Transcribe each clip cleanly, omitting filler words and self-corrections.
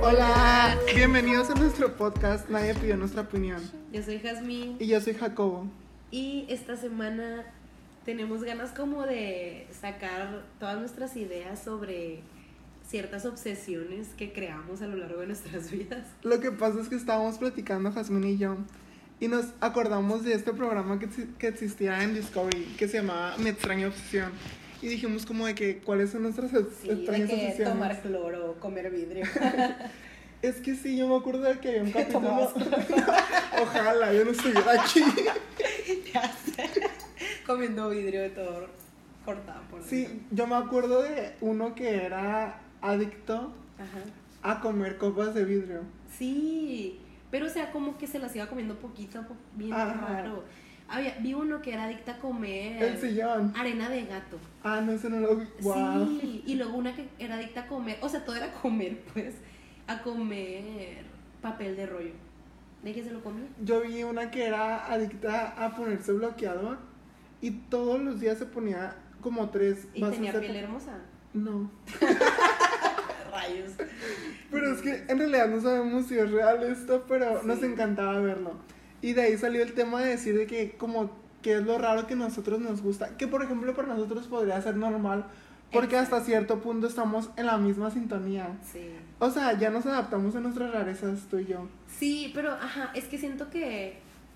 Hola, bienvenidos a nuestro podcast Nadie pidió nuestra opinión. Yo soy Jazmín. Y yo soy Jacobo. Y esta semana tenemos ganas como de sacar todas nuestras ideas sobre ciertas obsesiones que creamos a lo largo de nuestras vidas. Lo que pasa es que estábamos platicando Jazmín y yo y nos acordamos de este programa que existía en Discovery que se llamaba Mi extraña obsesión. Y dijimos como de que cuáles son nuestras extrañas de que obsesiones. Tomar cloro, comer vidrio. Es que sí, yo me acuerdo de que había un capítulo. Ojalá yo no estuviera aquí. Ya sé. Comiendo vidrio de todo cortado por Sí, dentro. yo me acuerdo de uno que era adicto a comer copas de vidrio. Sí, pero o sea, como que se las iba comiendo poquito a poco, bien raro. Vi uno que era adicta a comer El sillón. arena de gato. Ah, no, eso no lo vi. Wow. Sí, y luego una que era adicta a comer, o sea, todo era comer, pues, a comer papel de rollo. ¿De qué se lo comía? Yo vi una que era adicta a ponerse bloqueador y todos los días se ponía como 3 ¿Y tenía piel hermosa? No. Rayos. Pero es que en realidad no sabemos si es real esto, pero Sí. nos encantaba verlo. Y de ahí salió el tema de decir de que como que es lo raro que a nosotros nos gusta, que por ejemplo para nosotros podría ser normal, porque Exacto. hasta cierto punto estamos en la misma sintonía. Sí. O sea, ya nos adaptamos a nuestras rarezas, tú y yo. Sí, pero es que siento que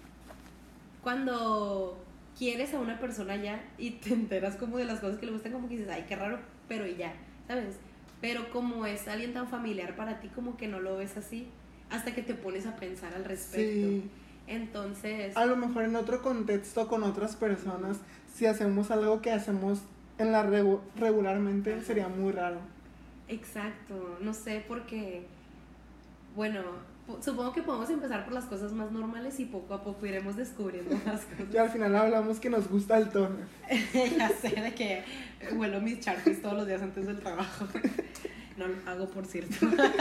cuando quieres a una persona ya y te enteras como de las cosas que le gustan, como que dices, ay, qué raro, pero y ya, ¿sabes? Pero como es alguien tan familiar para ti, como que no lo ves así hasta que te pones a pensar al respecto. Sí. Entonces, A lo mejor en otro contexto con otras personas, si hacemos algo que hacemos en la regularmente, sería muy raro. exacto, no sé, porque, bueno, supongo que podemos empezar por las cosas más normales y poco a poco iremos descubriendo más cosas. Y al final hablamos que nos gusta el toner. Ya sé de que huelo mis Sharpies todos los días antes del trabajo. No lo hago, por cierto.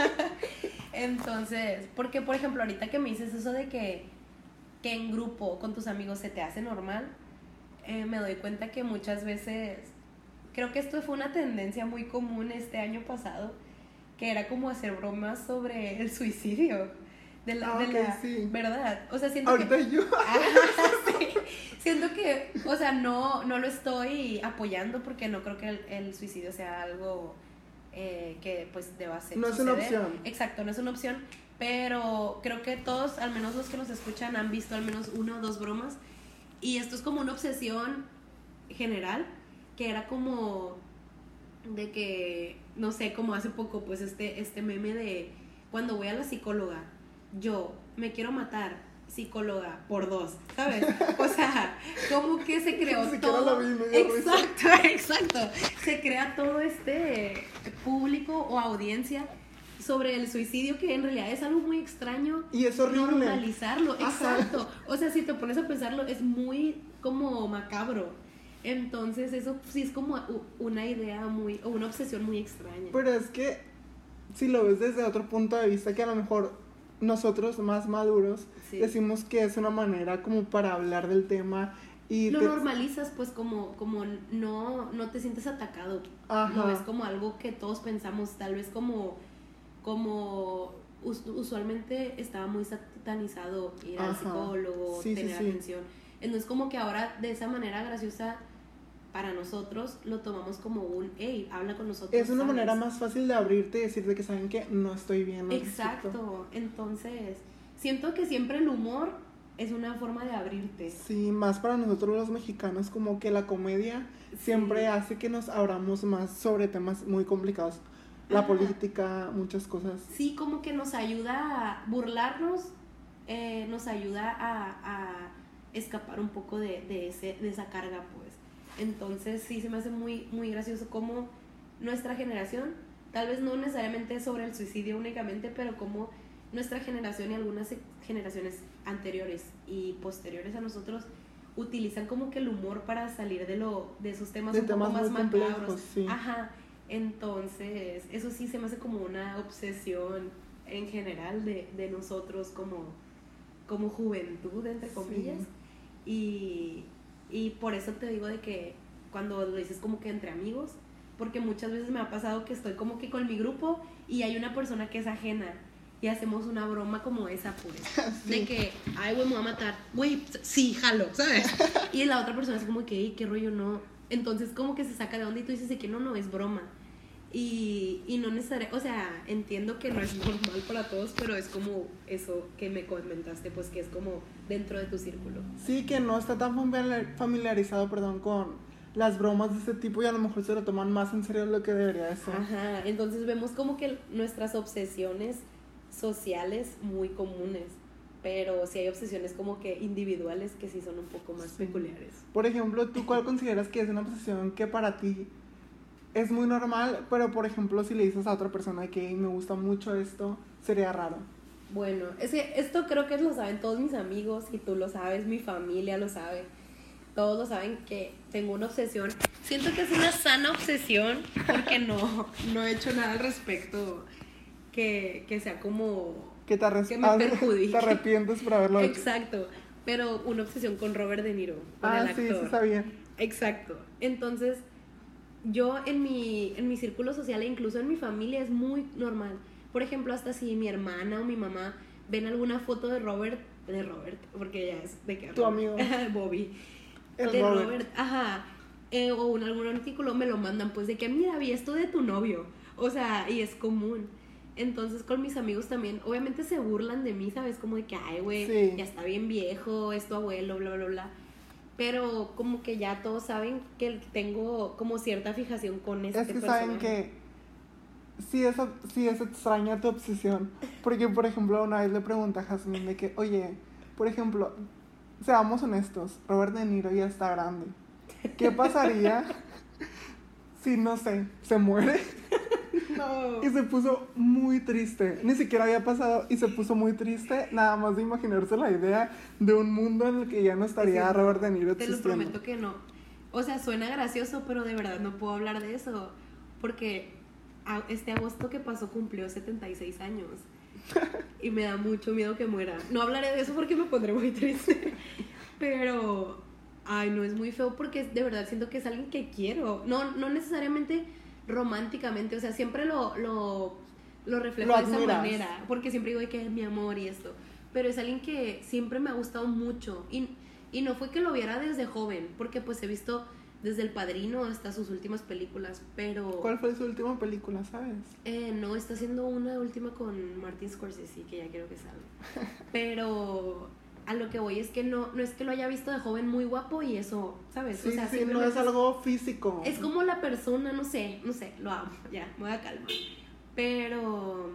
Entonces, porque por ejemplo, ahorita que me dices eso de que en grupo con tus amigos se te hace normal, me doy cuenta que muchas veces, creo que esto fue una tendencia muy común este año pasado, que era como hacer bromas sobre el suicidio. Sí. ¿Verdad? O sea, siento Ahorita que... yo. Sí. Siento que, o sea, no lo estoy apoyando porque no creo que el suicidio sea algo que pues deba ser. No es una opción. Exacto, no es una opción, pero creo que todos, al menos los que nos escuchan, han visto al menos una o dos bromas y esto es como una obsesión general, que era como de que, no sé, como hace poco, pues este meme de cuando voy a la psicóloga, yo me quiero matar, psicóloga por 2, ¿sabes? O sea, como que se creó Ni siquiera todo. la vi, me dio risa. Exacto. Se crea todo este público o audiencia sobre el suicidio, que en realidad es algo muy extraño. Y es horrible. Normalizarlo, Ajá. exacto. O sea, si te pones a pensarlo, es muy como macabro. Entonces eso sí es como una idea muy, o una obsesión muy extraña. Pero es que si lo ves desde otro punto de vista, que a lo mejor nosotros más maduros Sí. decimos que es una manera como para hablar del tema y Lo normalizas, pues como no te sientes atacado. Ajá. Lo ves como algo que todos pensamos, tal vez como usualmente estaba muy satanizado ir al Ajá. psicólogo, Sí, tener sí. atención. Entonces como que ahora de esa manera graciosa para nosotros lo tomamos como un, hey, habla con nosotros. es una ¿sabes? manera más fácil de abrirte y decirte que saben que no estoy bien. Exacto. Entonces siento que siempre el humor es una forma de abrirte. Sí, más para nosotros los mexicanos, como que la comedia siempre Sí. hace que nos abramos más sobre temas muy complicados. La Ajá. política, muchas cosas. Sí, como que nos ayuda a burlarnos, nos ayuda a escapar un poco de esa carga, pues. Entonces sí se me hace muy, muy gracioso como nuestra generación, tal vez no necesariamente sobre el suicidio únicamente, pero como nuestra generación y algunas generaciones anteriores y posteriores a nosotros utilizan como que el humor para salir de esos temas De un temas poco más muy complejos, macabros. sí. Ajá. Entonces, eso sí se me hace como una obsesión en general de nosotros como juventud, entre comillas. Sí. Y por eso te digo de que cuando lo dices como que entre amigos, porque muchas veces me ha pasado que estoy como que con mi grupo y hay una persona que es ajena y hacemos una broma como esa, pues, Sí. de que, ay, güey, me voy a matar, güey, sí, jalo, ¿sabes? Y la otra persona es como que, "Ey, qué rollo, no", entonces como que se saca de onda y tú dices de que no, es broma. Y no necesariamente, o sea, entiendo que no es normal para todos, pero es como eso que me comentaste, pues que es como dentro de tu círculo. Sí, que no está tan familiarizado, perdón, con las bromas de este tipo y a lo mejor se lo toman más en serio de lo que debería de ser. Ajá, entonces vemos como que nuestras obsesiones sociales muy comunes, pero sí hay obsesiones como que individuales que sí son un poco más peculiares. Por ejemplo, ¿tú cuál consideras que es una obsesión que para ti es muy normal, pero por ejemplo si le dices a otra persona que me gusta mucho esto, sería raro? Bueno, es que esto creo que lo saben todos mis amigos y tú lo sabes, mi familia lo sabe. Todos lo saben que tengo una obsesión. Siento que es una sana obsesión porque no he hecho nada al respecto que sea como... Que me perjudique. Te arrepientes por haberlo hecho. Exacto, pero una obsesión con Robert De Niro, con el actor. Sí, sí está bien. Exacto, entonces yo en mi círculo social e incluso en mi familia es muy normal. Por ejemplo, hasta si mi hermana o mi mamá ven alguna foto de Robert, porque ya es de que... Tu amigo. Bobby. El de Robert. Robert, ajá. O algún artículo me lo mandan, pues de que mira, vi esto de tu novio. O sea, y es común. Entonces con mis amigos también, obviamente se burlan de mí, ¿sabes? Como de que, ay, güey, Sí. ya está bien viejo, es tu abuelo, bla, bla, bla. Pero como que ya todos saben que tengo como cierta fijación con este personaje. Es que saben que sí es extraña tu obsesión. Porque, por ejemplo, una vez le pregunté a Jasmine de que, oye, por ejemplo, seamos honestos, Robert De Niro ya está grande. ¿Qué pasaría si, no sé, se muere? No. Y se puso muy triste. Ni siquiera había pasado y se puso muy triste nada más de imaginarse la idea de un mundo en el que ya no estaría Robert De Niro existiendo. Te lo prometo que no. O sea, suena gracioso, pero de verdad no puedo hablar de eso. Porque este agosto que pasó cumplió 76 años. Y me da mucho miedo que muera. No hablaré de eso porque me pondré muy triste. Pero, ay, no, es muy feo porque de verdad siento que es alguien que quiero. No necesariamente románticamente, o sea, siempre lo reflejo de esa manera, porque siempre digo que es mi amor y esto, pero es alguien que siempre me ha gustado mucho y no fue que lo viera desde joven, porque pues he visto desde El Padrino hasta sus últimas películas, pero... ¿Cuál fue su última película, sabes? No, está haciendo una última con Martin Scorsese, que ya quiero que salga, pero... A lo que voy es que no es que lo haya visto de joven muy guapo y eso, ¿sabes? Sí, o sea, sí, no es algo físico. Es como la persona, no sé, lo amo, ya, me voy a calmar. Pero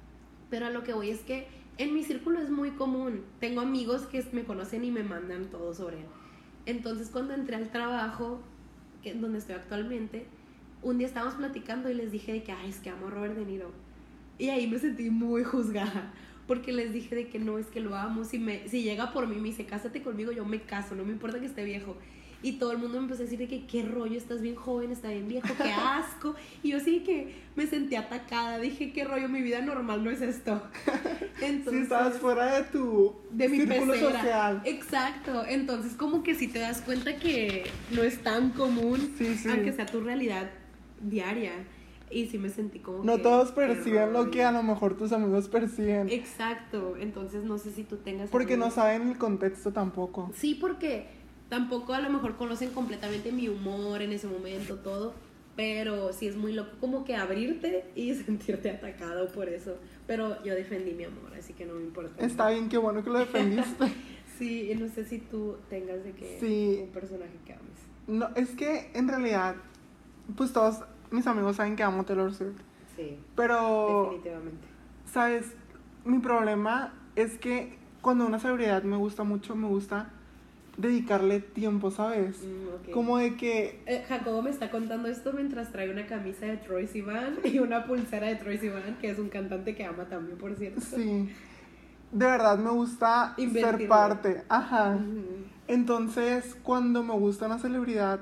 a lo que voy es que en mi círculo es muy común. Tengo amigos que me conocen y me mandan todo sobre él. Entonces cuando entré al trabajo, donde estoy actualmente, un día estábamos platicando y les dije de que, ay, es que amo a Robert De Niro. Y ahí me sentí muy juzgada. Porque les dije de que no, es que lo amo. Si llega por mí y me dice, cásate conmigo, yo me caso, no me importa que esté viejo. Y todo el mundo me empezó a decir de que qué rollo, estás bien joven, estás bien viejo, qué asco. Y yo sí que me sentí atacada, dije, qué rollo, mi vida normal no es esto. Entonces, sí, estabas fuera de mi círculo pecera social. Exacto, entonces como que sí te das cuenta que no es tan común, sí. aunque sea tu realidad diaria. Y sí me sentí como no todos perciben lo que a lo mejor tus amigos perciben. Exacto, entonces no sé si tú tengas... Porque no saben el contexto tampoco. Sí, porque tampoco a lo mejor conocen completamente mi humor en ese momento, todo. Pero sí es muy loco como que abrirte y sentirte atacado por eso. Pero yo defendí mi amor, así que no me importa. Está bien, qué bueno que lo defendiste. Sí, no sé si tú tengas de que sí. un personaje que ames. No, es que en realidad, pues todos mis amigos saben que amo Taylor Swift. Sí, pero definitivamente. ¿Sabes? Mi problema es que cuando una celebridad me gusta mucho, me gusta dedicarle tiempo, ¿sabes? Okay. Como de que... Jacobo me está contando esto mientras trae una camisa de Troye Sivan y una pulsera de Troye Sivan, que es un cantante que ama también, por cierto. Sí. De verdad me gusta ser parte. Ajá. Entonces, cuando me gusta una celebridad,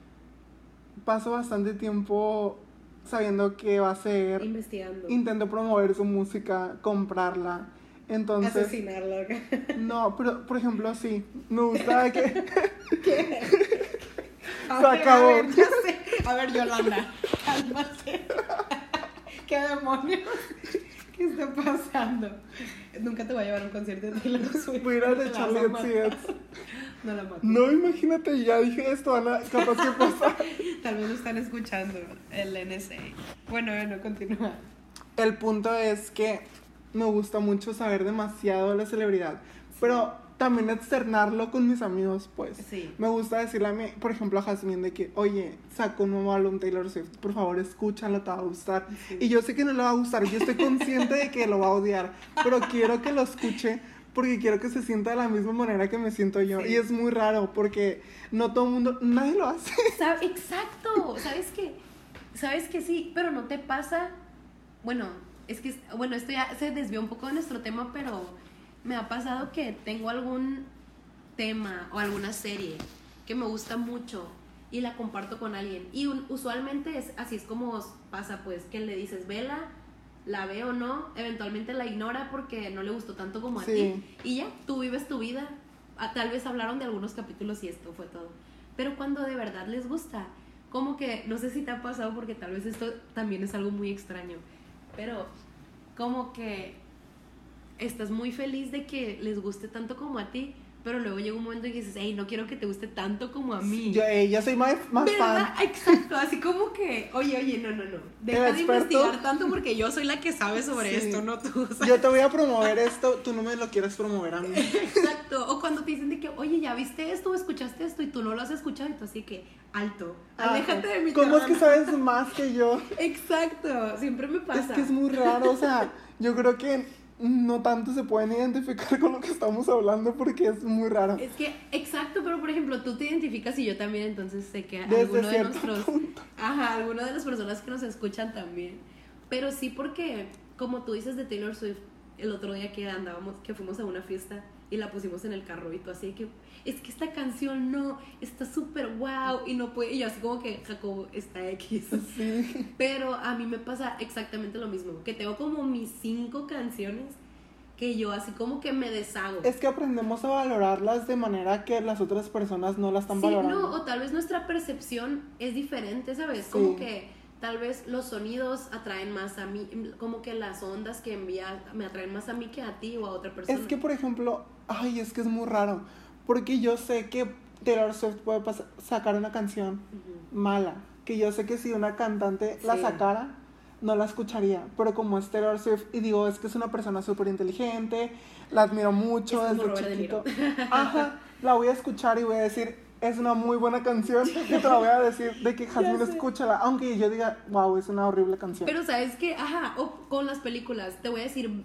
paso bastante tiempo sabiendo qué va a hacer. Investigando. Intento promover su música, comprarla. Entonces... Asesinarla. No, pero, por ejemplo, sí. Me gusta que... ¿Qué? Se acabó. A ver, ya sé. A ver, Yolanda. Cálmate. ¿Qué demonios? ¿Qué está pasando? Nunca te voy a llevar a un concierto de Taylor Swift. Voy a ir a de Charlie XCX. No la mato. No, imagínate, ya dije esto, Ana, capaz que pasa. Tal vez lo están escuchando, el NSA. Bueno, continúa. El punto es que me gusta mucho saber demasiado de la celebridad, pero también externarlo con mis amigos, pues. Sí. Me gusta decirle a mí, por ejemplo, a Jasmine de que, oye, sacó un nuevo álbum Taylor Swift, por favor, escúchalo, te va a gustar. Sí. Y yo sé que no le va a gustar, yo estoy consciente de que lo va a odiar, pero quiero que lo escuche porque quiero que se sienta de la misma manera que me siento yo. Sí. Y es muy raro porque no todo el mundo, nadie lo hace. Exacto, ¿sabes que sí? Pero no te pasa, bueno, esto ya se desvió un poco de nuestro tema, pero me ha pasado que tengo algún tema o alguna serie que me gusta mucho y la comparto con alguien, y usualmente así es como pasa, pues, que le dices, vela, la ve o no, eventualmente la ignora porque no le gustó tanto como a ti, y ya, tú vives tu vida. Tal vez hablaron de algunos capítulos y esto fue todo, pero cuando de verdad les gusta, como que, no sé si te ha pasado, porque tal vez esto también es algo muy extraño, pero como que estás muy feliz de que les guste tanto como a ti, pero luego llega un momento y dices, hey, no quiero que te guste tanto como a mí. Yo soy más ¿verdad? fan. Exacto, así como que, oye, no. Deja de investigar tanto porque yo soy la que sabe sobre esto, no tú. ¿Sabes? Yo te voy a promover esto, tú no me lo quieres promover a mí. Exacto, o cuando te dicen de que, oye, ¿ya viste esto o escuchaste esto? Y tú no lo has escuchado, y tú así que, alto, aléjate de mi ¿Cómo es terreno? que sabes más que yo? Exacto, siempre me pasa. Es que es muy raro, o sea, yo creo que no tanto se pueden identificar con lo que estamos hablando porque es muy raro. Es que, exacto, pero por ejemplo, tú te identificas y yo también, entonces sé que Desde alguno de cierto nuestros... punto. Ajá, alguno de las personas que nos escuchan también. Pero sí, porque, como tú dices de Taylor Swift, el otro día que fuimos a una fiesta y la pusimos en el carro y tú así que, es que esta canción no, está súper wow y no puede, y yo así como que, Jacobo, está X. Sí. Pero a mí me pasa exactamente lo mismo, que tengo como mis 5 canciones que yo así como que me deshago. Es que aprendemos a valorarlas de manera que las otras personas no las están valorando. No, o tal vez nuestra percepción es diferente, ¿sabes? Sí. Como que tal vez los sonidos atraen más a mí, como que las ondas que envía me atraen más a mí que a ti o a otra persona. Es que, por ejemplo, es que es muy raro, porque yo sé que Taylor Swift puede sacar una canción mala, que yo sé que si una cantante la sacara, no la escucharía, pero como es Taylor Swift, y digo, es que es una persona súper inteligente, la admiro mucho desde chiquito, la voy a escuchar y voy a decir, es una muy buena canción, y te la voy a decir de que Jasmine, escúchala, aunque yo diga, wow, es una horrible canción. Pero sabes que, o con las películas, te voy a decir,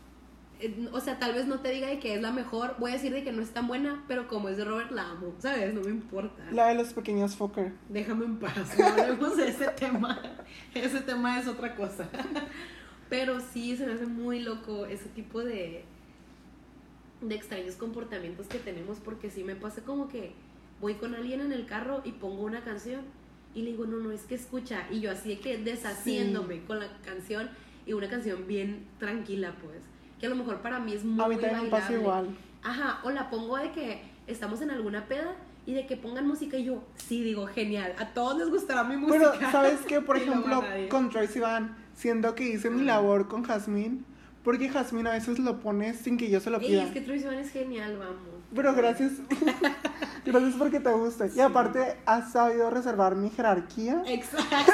o sea, tal vez no te diga de que es la mejor, voy a decir de que no es tan buena, pero como es de Robert, la amo, ¿sabes? No me importa. La de los pequeños Fokker. Déjame en paz, no hablemos de ese tema. Ese tema es otra cosa. Pero sí, se me hace muy loco ese tipo de extraños comportamientos que tenemos, porque sí me pasa como que voy con alguien en el carro y pongo una canción y le digo, no, es que escucha, y yo así de que deshaciéndome con la canción, y una canción bien tranquila, pues, que a lo mejor para mí es muy bailable. A mí también me pasa igual. O la pongo de que estamos en alguna peda y de que pongan música y yo, sí, digo, genial, a todos les gustará mi música. Pero, ¿sabes qué? Por ejemplo, con Tracy Van, siento que hice mi labor con Jasmine, porque Jasmine a veces lo pone sin que yo se lo pida. Es que Tracy Van es genial, vamos. Pero gracias, gracias porque te gusta. Sí. Y aparte, has sabido reservar mi jerarquía. Exacto.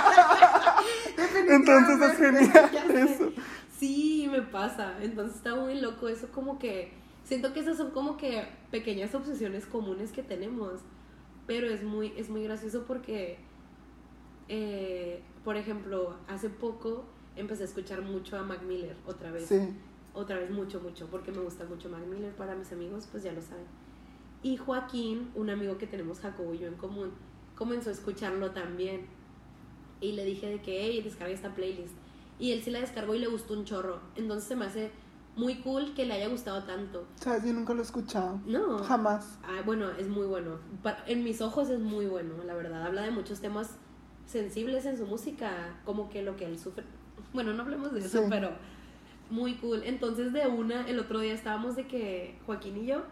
Entonces es genial eso. Sí, me pasa. Entonces está muy loco eso, como que siento que esas son como que pequeñas obsesiones comunes que tenemos, pero es muy gracioso porque por ejemplo, hace poco empecé a escuchar mucho a Mac Miller otra vez. Sí. Otra vez mucho, porque me gusta mucho Mac Miller. Para mis amigos, pues ya lo saben. Y Joaquín, un amigo que tenemos, Jacobo y yo en común, comenzó a escucharlo también. Y le dije de que, hey, descarga esta playlist. Y él sí la descargó y le gustó un chorro. Entonces se me hace muy cool que le haya gustado tanto. ¿Sabes? Yo nunca lo he escuchado. No. Jamás. Bueno, es muy bueno. En mis ojos es muy bueno, la verdad. Habla de muchos temas sensibles en su música, como que lo que él sufre. Bueno, no hablemos de eso, pero muy cool. Entonces el otro día estábamos de que Joaquín y yo,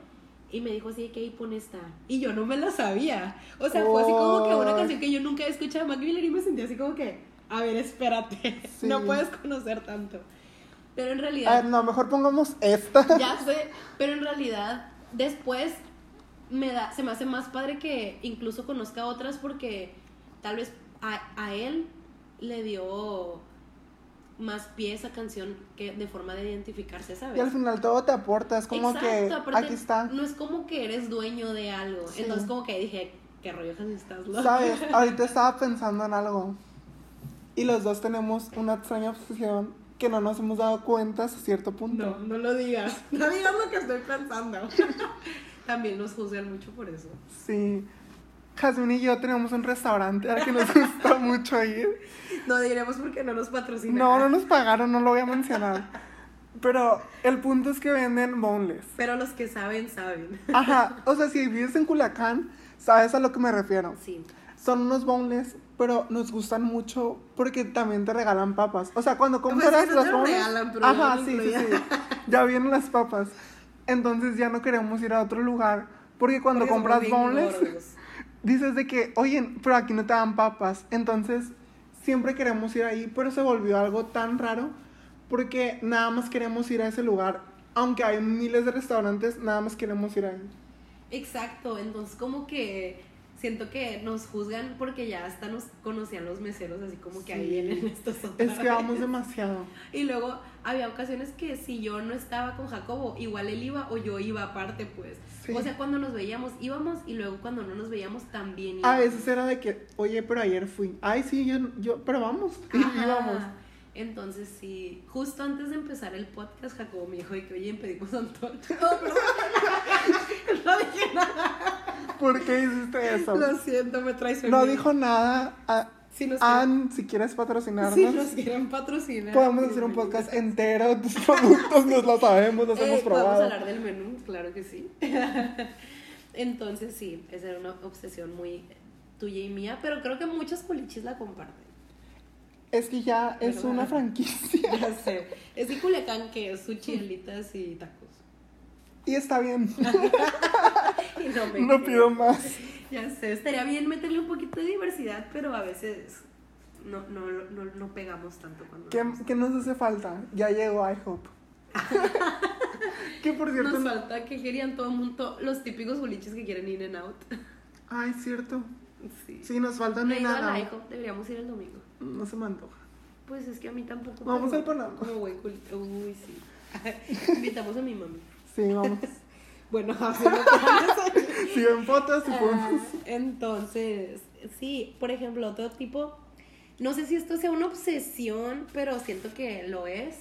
Y me dijo así de que ahí pone esta. Y yo no me la sabía. O sea, fue así como que una canción que yo nunca he escuchado de Mac Miller y me sentí así como que, a ver, espérate, sí. No puedes conocer tanto. Pero en realidad... no, mejor pongamos esta. Ya sé, pero en realidad después se me hace más padre que incluso conozca otras porque tal vez a él le dio más pie esa canción que de forma de identificarse, ¿sabes? Y al final todo te aporta, es como que aquí está. No es como que eres dueño de algo, sí. Entonces como que dije, ¿qué rollo estás loca? ¿Sabes? Ahorita estaba pensando en algo y los dos tenemos una extraña obsesión que no nos hemos dado cuenta hasta cierto punto. No lo digas, no digas lo que estoy pensando. También nos juzgan mucho por eso. Sí. Jazmín y yo tenemos un restaurante al que nos gusta mucho ir. No diremos porque no nos patrocinan. No nos pagaron, no lo voy a mencionar. Pero el punto es que venden boneless. Pero los que saben. Ajá, o sea, si vives en Culiacán, sabes a lo que me refiero. Sí. Son unos boneless, pero nos gustan mucho porque también te regalan papas. O sea, cuando compras pues los boneless... regalan, pero ajá, sí. Ya vienen las papas. Entonces ya no queremos ir a otro lugar porque cuando compras boneless... Dices de que, oye, pero aquí no te dan papas. Entonces, siempre queremos ir ahí, pero se volvió algo tan raro porque nada más queremos ir a ese lugar. Aunque hay miles de restaurantes, nada más queremos ir ahí. Exacto, entonces como que siento que nos juzgan porque ya hasta nos conocían los meseros, así como que ahí vienen estos otra Es que vamos demasiado. Y luego había ocasiones que si yo no estaba con Jacobo, igual él iba o yo iba aparte, pues. Sí. O sea, cuando nos veíamos íbamos y luego cuando no nos veíamos también íbamos. A veces era de que, oye, pero ayer fui. Ay, sí, yo pero vamos. Y íbamos. Entonces sí, justo antes de empezar el podcast, Jacobo me dijo de que, oye, pedimos antorcha. No dije nada. ¿Por qué hiciste eso? Lo siento, me traicioné. No dijo nada. Si quieres patrocinarnos. Si nos quieren patrocinar. Podemos hacer un podcast entero de tus productos, nos lo sabemos, los hemos probado. Podemos hablar del menú, claro que sí. Entonces sí, esa era una obsesión muy tuya y mía, pero creo que muchos culichis la comparten. Es que ya es una franquicia. Ya sé. Es que Culiacán que es sushi, alitas y tacos. Y está bien. Y no pido más. Ya sé, estaría bien meterle un poquito de diversidad, pero a veces no pegamos tanto cuando... ¿Qué nos hace falta? Ya llegó IHOP. Que por cierto... Nos falta que querían todo el mundo, los típicos boliches que quieren In-N-Out. Ay, cierto. Sí, nos faltan In-N-Out. IHOP, deberíamos ir el domingo. No se me antoja. Pues es que a mí tampoco. Vamos al Panamá. Como güey, uy, sí. Invitamos a mi mami. Sí, vamos. Bueno, si ven fotos, si podemos. Entonces, sí, por ejemplo, otro tipo, no sé si esto sea una obsesión, pero siento que lo es,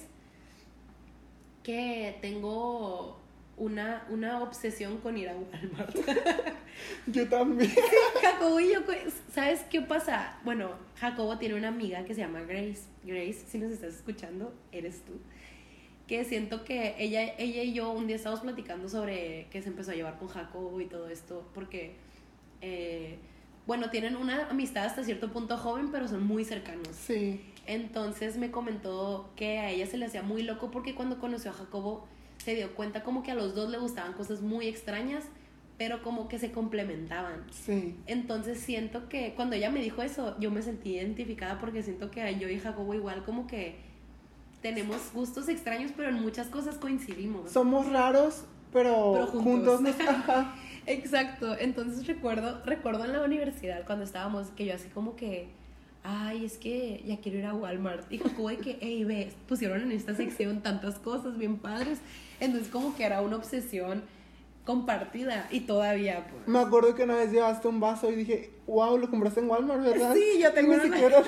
que tengo una obsesión con ir a Walmart. Yo también. Jacobo y yo, ¿sabes qué pasa? Bueno, Jacobo tiene una amiga que se llama Grace. Grace, si nos estás escuchando, eres tú. Que siento que ella y yo un día estábamos platicando sobre que se empezó a llevar con Jacobo y todo esto, porque, bueno, tienen una amistad hasta cierto punto joven, pero son muy cercanos. Sí. Entonces me comentó que a ella se le hacía muy loco porque cuando conoció a Jacobo se dio cuenta como que a los dos le gustaban cosas muy extrañas, pero como que se complementaban. Sí. Entonces siento que cuando ella me dijo eso, yo me sentí identificada porque siento que yo y Jacobo igual como que tenemos gustos extraños, pero en muchas cosas coincidimos. Somos raros, pero juntos nos... Exacto. Entonces recuerdo en la universidad cuando estábamos, que yo así como que, ay, es que ya quiero ir a Walmart. Y Jacobo de que, hey, ve, pusieron en esta sección tantas cosas bien padres. Entonces como que era una obsesión compartida y todavía pues. Me acuerdo que una vez llevaste un vaso y dije, wow, lo compraste en Walmart, ¿verdad? Sí, yo tengo ni siquiera...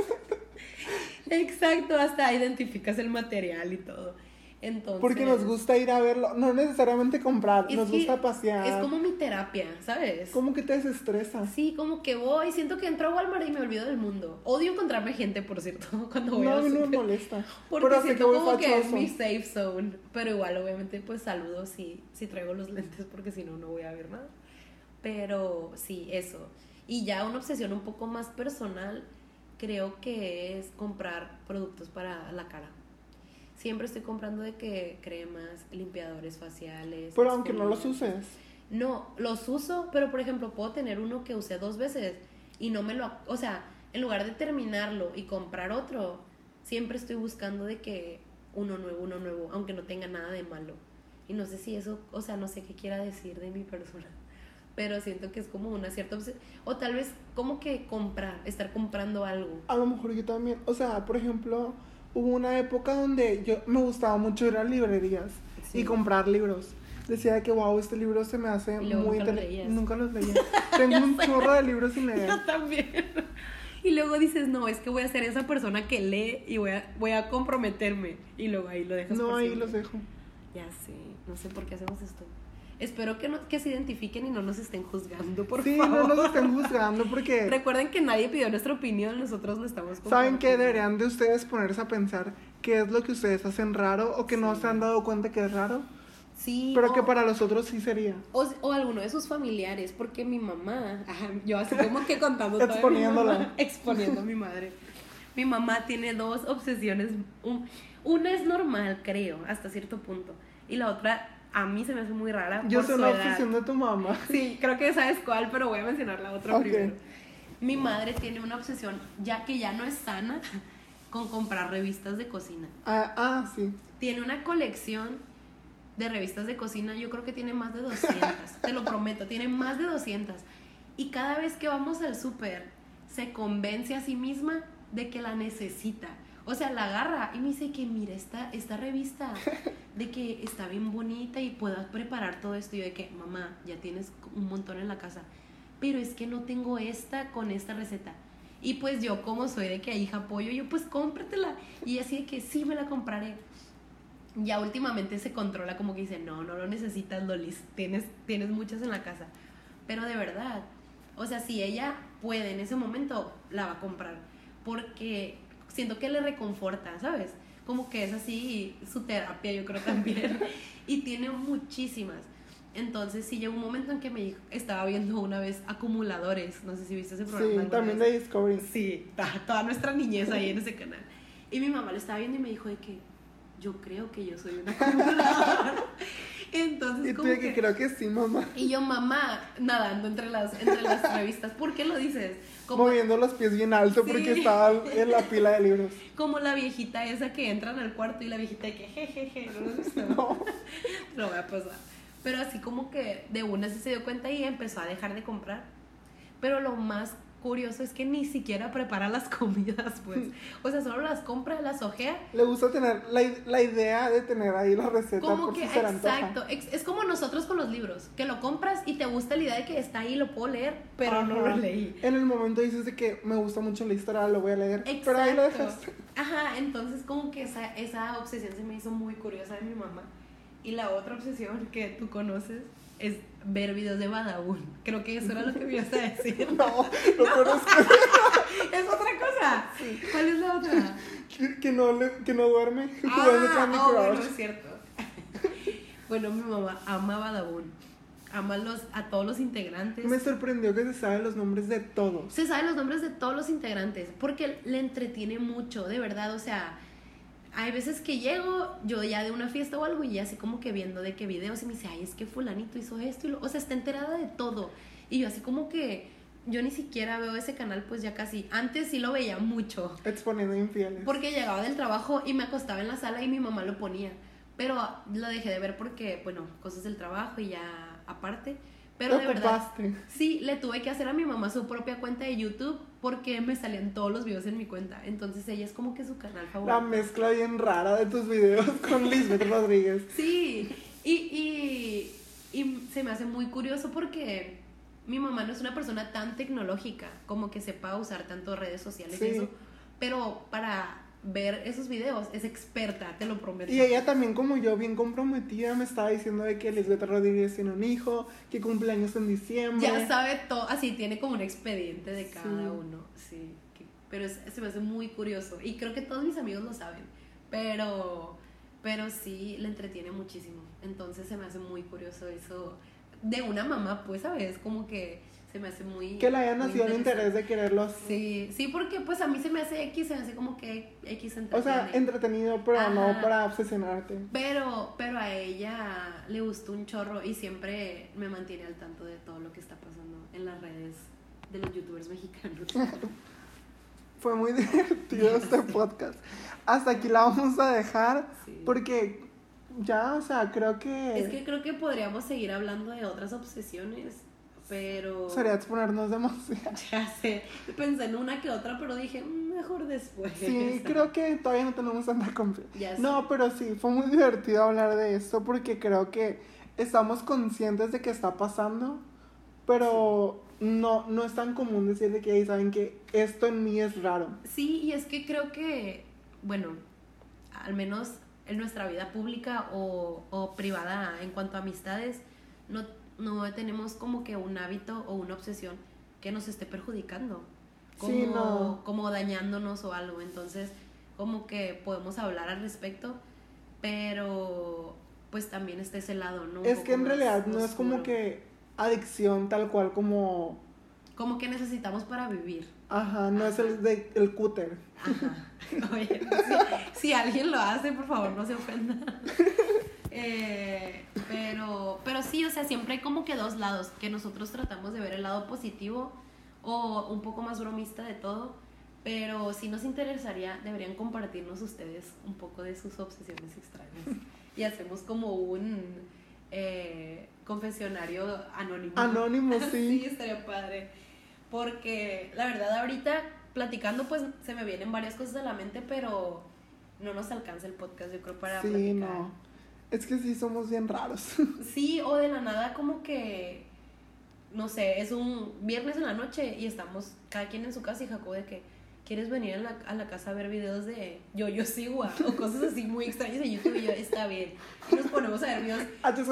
Exacto, hasta identificas el material y todo. Entonces, porque nos gusta ir a verlo, no necesariamente comprar, nos gusta pasear. Es como mi terapia, ¿sabes? Como que te desestresa. Sí, como que voy, siento que entro a Walmart y me olvido del mundo. Odio encontrarme gente, por cierto, cuando voy a No, no me molesta. Porque pero siento como que es mi safe zone. Pero igual, obviamente, pues saludo si traigo los lentes, porque si no, no voy a ver nada. Pero sí, eso. Y ya una obsesión un poco más personal, creo que es comprar productos para la cara. Siempre estoy comprando de que cremas, limpiadores faciales. Pero aunque no los uses. No, los uso, pero por ejemplo, puedo tener uno que usé 2 veces y no me lo... O sea, en lugar de terminarlo y comprar otro, siempre estoy buscando de que uno nuevo, aunque no tenga nada de malo. Y no sé si eso, o sea, no sé qué quiera decir de mi persona, pero siento que es como una cierta o tal vez como que estar comprando algo. A lo mejor yo también, o sea, por ejemplo, hubo una época donde yo me gustaba mucho ir a librerías y comprar libros. Decía que, wow, este libro se me hace muy interesante. Nunca los leía. Tengo un chorro de libros sin leer. Yo también. Y luego dices, no, es que voy a ser esa persona que lee y voy a comprometerme. Y luego ahí lo dejas. No, ahí los dejo. Ya sé, no sé por qué hacemos esto. Espero que se identifiquen y no nos estén juzgando, por favor. Sí, no nos estén juzgando porque... Recuerden que nadie pidió nuestra opinión, nosotros lo estamos compartiendo. ¿Saben qué? Deberían de ustedes ponerse a pensar qué es lo que ustedes hacen raro o que no se han dado cuenta que es raro. Sí. Pero que para los otros sí sería. O alguno de sus familiares, porque mi mamá, yo así como que contando exponiéndola. Exponiendo a mi madre. Mi mamá tiene 2 obsesiones. Una es normal, creo, hasta cierto punto. Y la otra, a mí se me hace muy rara. Yo soy la obsesión de tu mamá. Sí, creo que sabes cuál, pero voy a mencionar la otra primero. Mi madre tiene una obsesión, ya que ya no es sana, con comprar revistas de cocina. Sí. Tiene una colección de revistas de cocina, yo creo que tiene más de 200, te lo prometo, tiene más de 200. Y cada vez que vamos al súper, se convence a sí misma de que la necesita. O sea, la agarra y me dice que mira esta revista, de que está bien bonita y puedas preparar todo esto. Y yo de que, mamá, ya tienes un montón en la casa, pero es que no tengo esta con esta receta. Y pues yo, como soy de que hija apoyo, yo pues cómpratela. Y así de que sí, me la compraré. Ya últimamente se controla, como que dice, no lo necesitas, Lolis, tienes muchas en la casa. Pero de verdad, o sea, si ella puede en ese momento, la va a comprar, porque siento que le reconforta, ¿sabes? Como que es así su terapia, yo creo también. Y tiene muchísimas. Entonces sí llegó un momento en que me dijo, estaba viendo una vez Acumuladores, no sé si viste ese programa. Sí, también de Discovery. Sí, toda nuestra niñez ahí en ese canal. Y mi mamá lo estaba viendo y me dijo de que yo creo que yo soy una acumuladora. Entonces, y tú de que creo que sí, mamá. Y yo, mamá, nadando entre las revistas. ¿Por qué lo dices? Como moviendo los pies bien alto porque estaba en la pila de libros. Como la viejita esa que entran al cuarto y la viejita de que jejeje, ¿no lo viste? No. Lo voy a pasar. Pero así como que de una se dio cuenta y empezó a dejar de comprar. Pero lo más curioso es que ni siquiera prepara las comidas, pues. O sea, solo las compra, las ojea. Le gusta tener la idea de tener ahí la receta como por que, si se le antoja. exacto. Es como nosotros con los libros, que lo compras y te gusta la idea de que está ahí, lo puedo leer, pero no lo leí. En el momento dices de que me gusta mucho la historia, lo voy a leer, exacto. pero ahí lo dejas. Ajá, entonces como que esa obsesión se me hizo muy curiosa de mi mamá. Y la otra obsesión que tú conoces es ver videos de Badabun. Creo que eso era lo que me ibas a decir. No, lo conozco. ¿Es otra cosa? Sí. ¿Cuál es la otra? Que no duerme jugando Candy Crush. Bueno, es cierto. Bueno, mi mamá ama Badabun. Ama a todos los integrantes. Me sorprendió que se saben los nombres de todos. Se saben los nombres de todos los integrantes porque le entretiene mucho, de verdad. O sea, hay veces que llego yo ya de una fiesta o algo y ya así como que viendo de qué videos y me dice, ay, es que fulanito hizo esto o sea, está enterada de todo. Y yo así como que yo ni siquiera veo ese canal, pues ya casi. Antes sí lo veía mucho. Exponiendo infieles. Porque llegaba del trabajo y me acostaba en la sala y mi mamá lo ponía. Pero lo dejé de ver porque, bueno, cosas del trabajo y ya aparte. Pero de verdad, sí, le tuve que hacer a mi mamá su propia cuenta de YouTube porque me salían todos los videos en mi cuenta. Entonces ella es como que su canal favorito. La mezcla bien rara de tus videos con Lisbeth Rodríguez. Sí, y se me hace muy curioso porque mi mamá no es una persona tan tecnológica como que sepa usar tanto redes sociales y eso. Pero para ver esos videos es experta, te lo prometo. Y ella también, como yo, bien comprometida, me estaba diciendo de que Lisbeth Rodríguez tiene un hijo, que cumpleaños en diciembre. Ya sabe todo, así tiene como un expediente de cada uno, sí. Pero se me hace muy curioso y creo que todos mis amigos lo saben, pero sí le entretiene muchísimo. Entonces se me hace muy curioso eso de una mamá, pues, ¿sabes? Como que se me hace muy... Que le haya nacido el interés de quererlo así. Sí, porque pues a mí se me hace X, se me hace como que X entretiene. O sea, entretenido, pero no para obsesionarte. Pero a ella le gustó un chorro y siempre me mantiene al tanto de todo lo que está pasando en las redes de los youtubers mexicanos. Fue muy divertido este podcast. Hasta aquí la vamos a dejar porque ya, o sea, creo que... Es que creo que podríamos seguir hablando de otras obsesiones, pero... Sería exponernos demasiado. Ya sé, pensé en una que otra, pero dije, mejor después. Sí, creo que todavía no tenemos tanta confianza. Ya sé. No, pero sí, fue muy divertido hablar de esto porque creo que estamos conscientes de que está pasando, pero no es tan común decir de que saben que esto en mí es raro. Sí, y es que creo que, bueno, al menos en nuestra vida pública o privada en cuanto a amistades, no tenemos como que un hábito o una obsesión que nos esté perjudicando, como dañándonos o algo. Entonces, como que podemos hablar al respecto, pero pues también está ese lado, ¿no? Es que en realidad no es como que adicción tal cual como que necesitamos para vivir. Ajá, no es el cúter. Ajá. Oye, si alguien lo hace, por favor, no se ofenda. Pero sí, o sea, siempre hay como que dos lados, que nosotros tratamos de ver el lado positivo o un poco más bromista de todo, pero si nos interesaría, deberían compartirnos ustedes un poco de sus obsesiones extrañas y hacemos como un confesionario anónimo. Anónimo, sí. Sí, estaría padre, porque la verdad ahorita platicando pues se me vienen varias cosas a la mente, pero no nos alcanza el podcast, yo creo, para platicar. Sí, no. Es que sí somos bien raros. Sí, o de la nada como que, no sé, es un viernes en la noche y estamos cada quien en su casa y Jacob de que ¿quieres venir a la casa a ver videos de Yo Siwa? O cosas así muy extrañas en YouTube, y yo, está bien. Y nos ponemos a ver videos.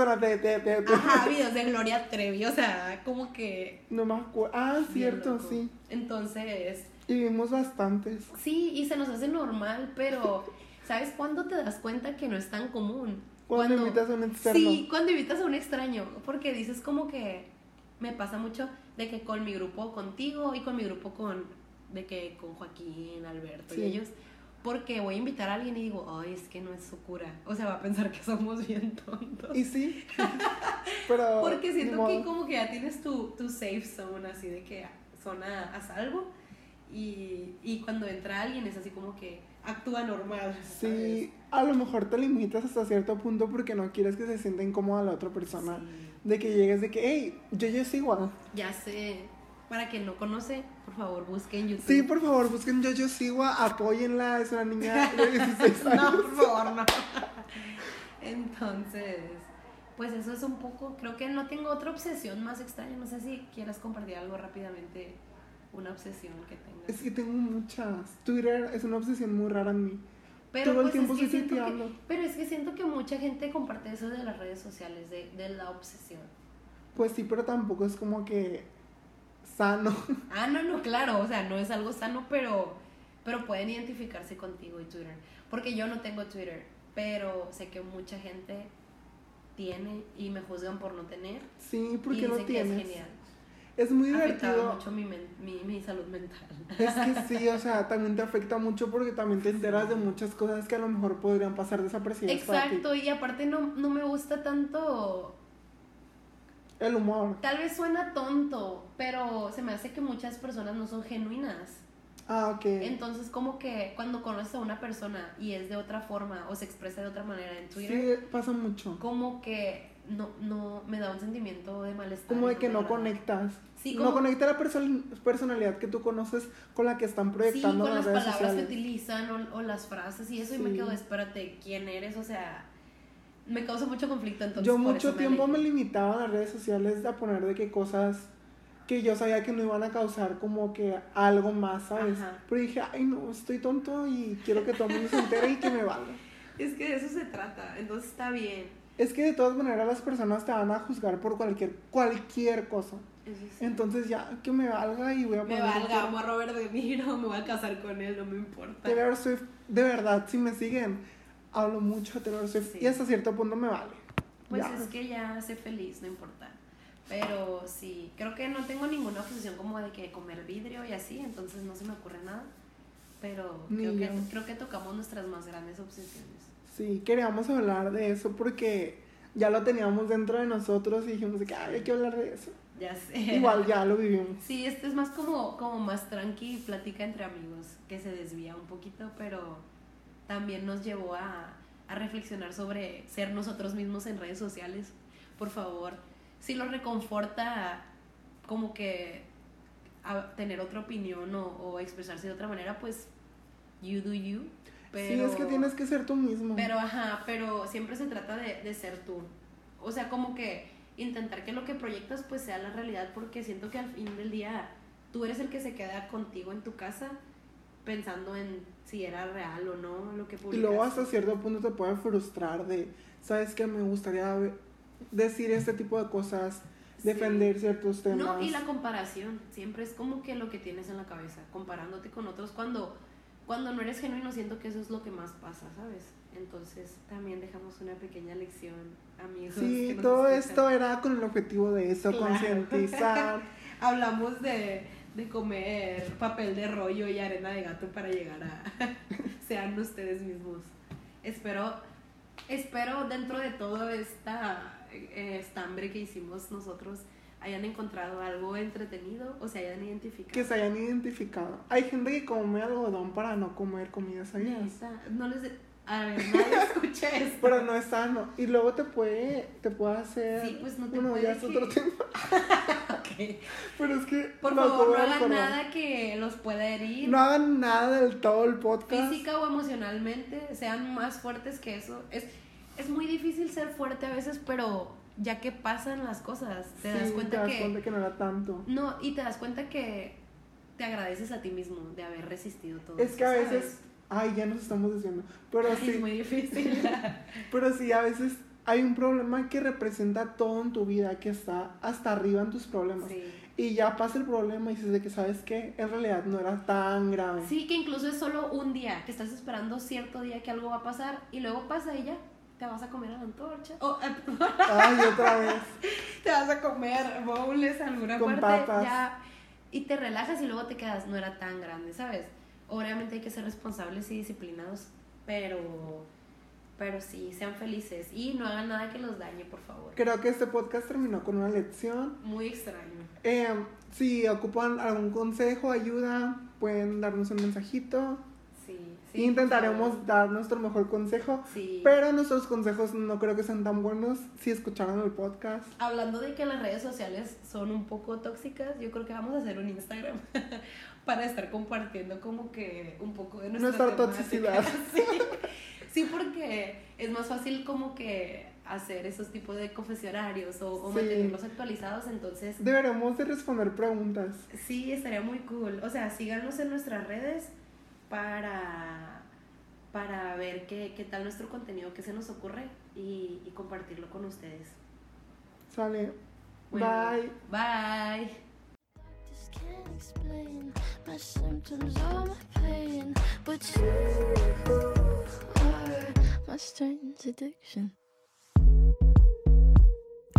Ajá, videos de Gloria Trevi, o sea, como que... No me acuerdo. Ah, cierto, sí. Entonces... Y vimos bastantes. Sí, y se nos hace normal, pero ¿sabes cuándo te das cuenta que no es tan común? Cuando invitas a un externo. Sí, cuando invitas a un extraño, porque dices como que me pasa mucho de que con mi grupo contigo y con mi grupo con Joaquín, Alberto y ellos, porque voy a invitar a alguien y digo, ay, es que no es su cura, o sea, va a pensar que somos bien tontos. Y sí, pero porque siento que como que ya tienes tu safe zone, así de que zona a salvo, y cuando entra alguien es así como que actúa normal, ¿sabes? Sí, a lo mejor te limitas hasta cierto punto porque no quieres que se sienta incómoda la otra persona, de que llegues de que, hey, yo sigo. Ya sé. Para quien no conoce, por favor, busquen YouTube. Sí, por favor, busquen Yo Sigo, apóyenla, es una niña de 16 años. No, por favor, no. Entonces, pues eso es un poco, creo que no tengo otra obsesión más extraña. No sé si quieras compartir algo rápidamente, una obsesión que tengas. Es que tengo muchas. Twitter es una obsesión muy rara en mí. Pero todo pues el tiempo es que estoy tuiteando. Pero es que siento que mucha gente comparte eso de las redes sociales, de la obsesión. Pues sí, pero tampoco es como que sano. Ah, no, claro, o sea, no es algo sano, pero pueden identificarse contigo y Twitter. Porque yo no tengo Twitter, pero sé que mucha gente tiene y me juzgan por no tener. Sí, porque no tienes. Es genial. Es muy Afectaba divertido. mucho mi salud mental. Es que sí, o sea, también te afecta mucho porque también te enteras de muchas cosas que a lo mejor podrían pasar desapercibidas. Exacto, y aparte no me gusta tanto el humor. Tal vez suena tonto, pero se me hace que muchas personas no son genuinas. Ah, ok. Entonces como que cuando conoces a una persona y es de otra forma o se expresa de otra manera en Twitter, sí, pasa mucho. Como que no me da un sentimiento de malestar. Como de que no conectas. Sí, como, no conecta la personalidad que tú conoces con la que están proyectando en las redes palabras sociales. Que utilizan o las frases y eso, y me quedo, espérate, ¿quién eres? O sea, me causa mucho conflicto. Entonces yo mucho tiempo me limitaba en las redes sociales a poner de que cosas que yo sabía que no iban a causar como que algo más, ¿sabes? Ajá. Pero dije, ay no, estoy tonto y quiero que todo el mundo se entere y que me valga. Es que de eso se trata, entonces está bien. Es que de todas maneras las personas te van a juzgar por cualquier cosa. Eso sí. Entonces ya, que me valga y voy a poner... Me valga, amo a Robert De Niro, me voy a casar con él, no me importa. Taylor Swift, de verdad, si me siguen, hablo mucho de Taylor Swift y hasta cierto punto me vale. Pues ya. es que ya sé feliz, no importa. Pero sí, creo que no tengo ninguna obsesión como de que comer vidrio y así, entonces no se me ocurre nada. Pero creo que tocamos nuestras más grandes obsesiones. Sí, queríamos hablar de eso porque ya lo teníamos dentro de nosotros y dijimos que hay que hablar de eso. Ya sé. Igual ya lo vivimos. Sí, este es más como más tranqui, plática entre amigos, que se desvía un poquito, pero también nos llevó a reflexionar sobre ser nosotros mismos en redes sociales. Por favor, si los reconforta como que a tener otra opinión o expresarse de otra manera, pues you do you. Pero, sí, es que tienes que ser tú mismo. Pero siempre se trata de ser tú. O sea, como que intentar que lo que proyectas pues sea la realidad, porque siento que al fin del día tú eres el que se queda contigo en tu casa pensando en si era real o no lo que publicaste. Y luego hasta cierto punto te puede frustrar de, ¿sabes qué? Me gustaría decir este tipo de cosas, defender ciertos temas. No, y la comparación, siempre es como que lo que tienes en la cabeza, comparándote con otros cuando no eres genuino. Siento que eso es lo que más pasa, ¿sabes? Entonces también dejamos una pequeña lección, amigos. Sí, todo esto era con el objetivo de eso, claro. Concientizar. Hablamos de comer papel de rollo y arena de gato para llegar a sean ustedes mismos. Espero dentro de todo esta estambre que hicimos nosotros hayan encontrado algo entretenido o se hayan identificado. Que se hayan identificado. Hay gente que come algodón para no comer comidas sanas. No les... A ver, nadie escucha esto. Pero no es sano. Y luego te puede hacer... Sí, pues no te bueno, puede... ya es otro tema. Okay. Pero es que... Por favor, no hagan nada que los pueda herir. No hagan nada del todo el podcast. Física o emocionalmente, sean más fuertes que eso. Es muy difícil ser fuerte a veces, pero ya que pasan las cosas, te das cuenta que no era tanto. No, y te das cuenta que te agradeces a ti mismo de haber resistido todo. Es que a veces... Ay, ya nos estamos diciendo. Pero sí. Es muy difícil. Pero sí, a veces hay un problema que representa todo en tu vida, que está hasta arriba en tus problemas. Sí. Y ya pasa el problema y dices de que, ¿sabes qué? En realidad no era tan grave. Sí, que incluso es solo un día, que estás esperando cierto día que algo va a pasar y luego pasa y ya. Te vas a comer a la antorcha. Ay, otra vez. Te vas a comer bowls a alguna con parte. Papas. Ya, y te relajas y luego te quedas, no era tan grande, ¿sabes? Obviamente hay que ser responsables y disciplinados, pero sí, sean felices y no hagan nada que los dañe, por favor. Creo que este podcast terminó con una lección. Muy extraño. Si ocupan algún consejo, ayuda, pueden darnos un mensajito. Sí, intentaremos dar nuestro mejor consejo, pero nuestros consejos no creo que sean tan buenos si escucharon el podcast. Hablando de que las redes sociales son un poco tóxicas, yo creo que vamos a hacer un Instagram para estar compartiendo como que un poco de nuestra toxicidad. Sí, porque es más fácil como que hacer esos tipos de confesionarios o mantenerlos actualizados, entonces... Deberemos de responder preguntas. Sí, estaría muy cool. O sea, síganos en nuestras redes para ver qué tal nuestro contenido, qué se nos ocurre y compartirlo con ustedes. Sale. Bueno, bye. Bye. Can't explain my symptoms or my pain, but you are my strange addiction.